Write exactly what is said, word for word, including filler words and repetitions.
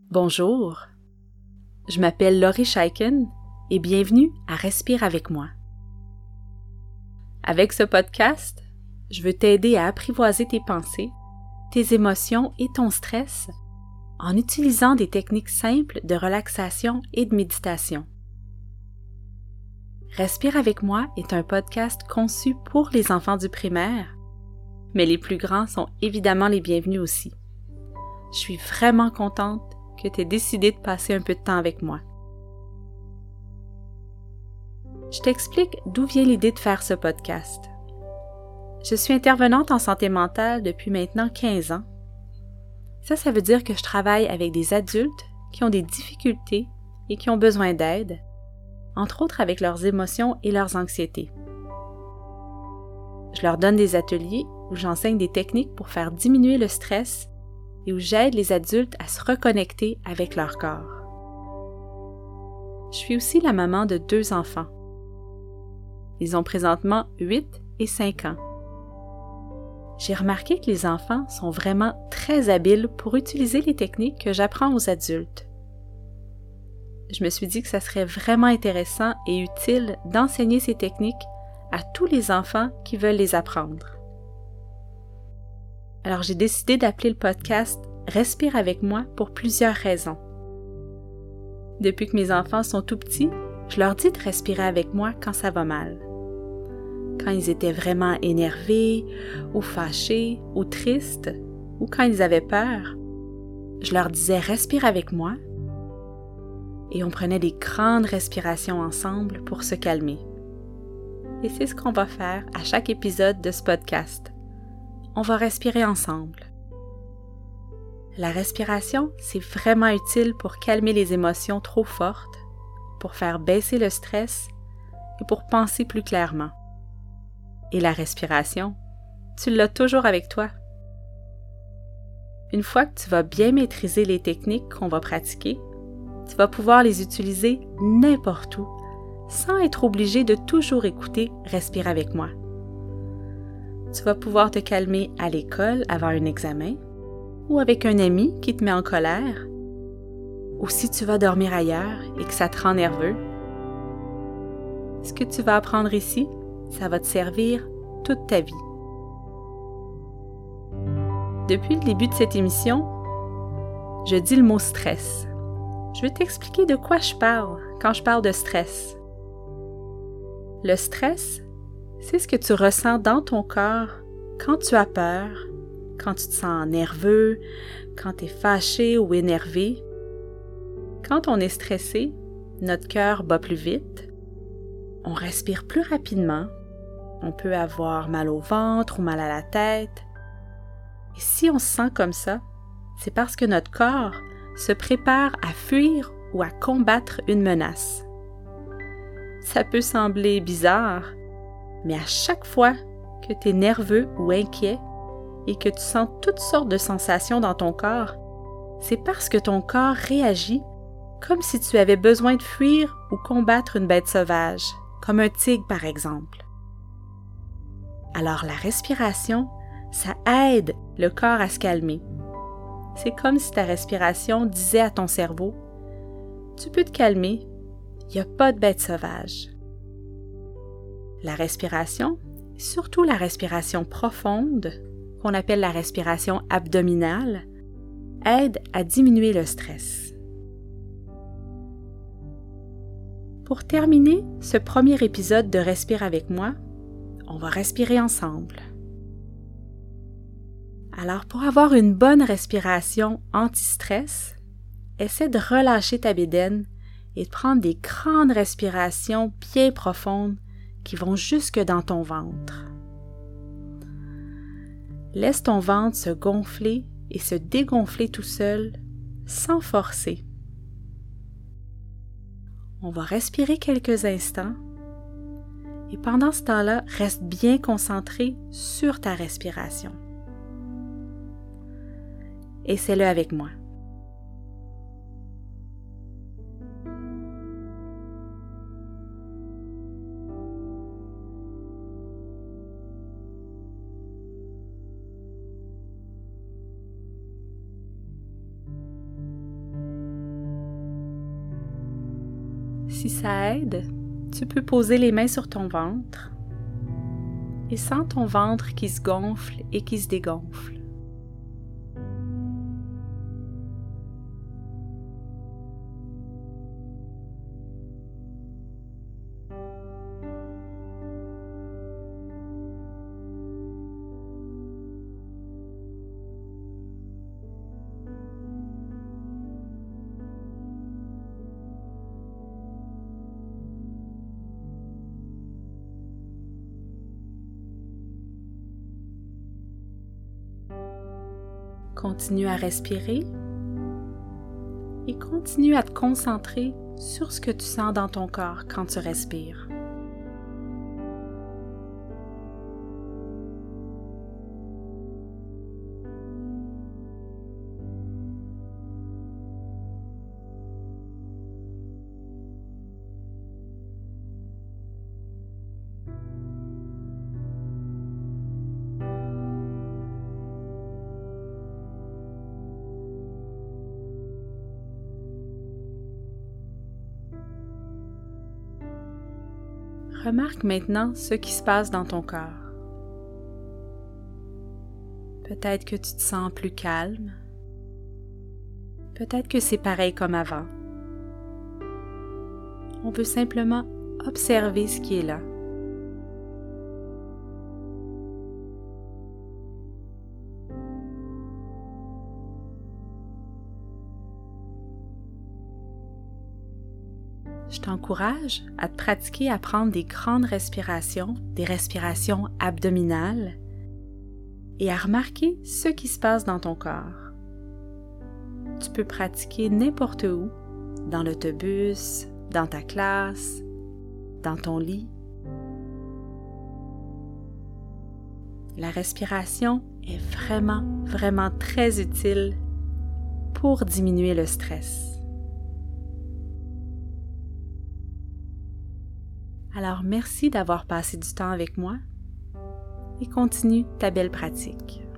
Bonjour, je m'appelle Laurie Scheiken et bienvenue à Respire avec moi. Avec ce podcast, je veux t'aider à apprivoiser tes pensées, tes émotions et ton stress en utilisant des techniques simples de relaxation et de méditation. Respire avec moi est un podcast conçu pour les enfants du primaire, mais les plus grands sont évidemment les bienvenus aussi. Je suis vraiment contente que tu aies décidé de passer un peu de temps avec moi. Je t'explique d'où vient l'idée de faire ce podcast. Je suis intervenante en santé mentale depuis maintenant quinze ans. Ça, ça veut dire que je travaille avec des adultes qui ont des difficultés et qui ont besoin d'aide, entre autres avec leurs émotions et leurs anxiétés. Je leur donne des ateliers où j'enseigne des techniques pour faire diminuer le stress et où j'aide les adultes à se reconnecter avec leur corps. Je suis aussi la maman de deux enfants. Ils ont présentement huit et cinq ans. J'ai remarqué que les enfants sont vraiment très habiles pour utiliser les techniques que j'apprends aux adultes. Je me suis dit que ça serait vraiment intéressant et utile d'enseigner ces techniques à tous les enfants qui veulent les apprendre. Alors j'ai décidé d'appeler le podcast « Respire avec moi » pour plusieurs raisons. Depuis que mes enfants sont tout petits, je leur dis de respirer avec moi quand ça va mal. Quand ils étaient vraiment énervés, ou fâchés, ou tristes, ou quand ils avaient peur, je leur disais « Respire avec moi » et on prenait des grandes respirations ensemble pour se calmer. Et c'est ce qu'on va faire à chaque épisode de ce podcast. On va respirer ensemble. La respiration, c'est vraiment utile pour calmer les émotions trop fortes, pour faire baisser le stress et pour penser plus clairement. Et la respiration, tu l'as toujours avec toi. Une fois que tu vas bien maîtriser les techniques qu'on va pratiquer, tu vas pouvoir les utiliser n'importe où, sans être obligé de toujours écouter « Respire avec moi ». Tu vas pouvoir te calmer à l'école avant un examen, ou avec un ami qui te met en colère, ou si tu vas dormir ailleurs et que ça te rend nerveux. Ce que tu vas apprendre ici, ça va te servir toute ta vie. Depuis le début de cette émission, je dis le mot « stress ». Je vais t'expliquer de quoi je parle quand je parle de stress. Le stress, c'est ce que tu ressens dans ton corps quand tu as peur, quand tu te sens nerveux, quand tu es fâché ou énervé. Quand on est stressé, notre cœur bat plus vite, on respire plus rapidement, on peut avoir mal au ventre ou mal à la tête. Et si on se sent comme ça, c'est parce que notre corps se prépare à fuir ou à combattre une menace. Ça peut sembler bizarre, mais à chaque fois que tu es nerveux ou inquiet et que tu sens toutes sortes de sensations dans ton corps, c'est parce que ton corps réagit comme si tu avais besoin de fuir ou combattre une bête sauvage, comme un tigre par exemple. Alors la respiration, ça aide le corps à se calmer. C'est comme si ta respiration disait à ton cerveau « Tu peux te calmer, il n'y a pas de bête sauvage ». La respiration, surtout la respiration profonde, qu'on appelle la respiration abdominale, aide à diminuer le stress. Pour terminer ce premier épisode de Respire avec moi, on va respirer ensemble. Alors pour avoir une bonne respiration anti-stress, essaie de relâcher ta bédaine et de prendre des grandes respirations bien profondes qui vont jusque dans ton ventre. Laisse ton ventre se gonfler et se dégonfler tout seul, sans forcer. On va respirer quelques instants et pendant ce temps-là, reste bien concentré sur ta respiration. Essaie-le avec moi. Si ça aide, tu peux poser les mains sur ton ventre et sens ton ventre qui se gonfle et qui se dégonfle. Continue à respirer et continue à te concentrer sur ce que tu sens dans ton corps quand tu respires. Remarque maintenant ce qui se passe dans ton corps. Peut-être que tu te sens plus calme. Peut-être que c'est pareil comme avant. On peut simplement observer ce qui est là. Je t'encourage à te pratiquer à prendre des grandes respirations, des respirations abdominales, et à remarquer ce qui se passe dans ton corps. Tu peux pratiquer n'importe où, dans l'autobus, dans ta classe, dans ton lit. La respiration est vraiment, vraiment très utile pour diminuer le stress. Alors merci d'avoir passé du temps avec moi et continue ta belle pratique.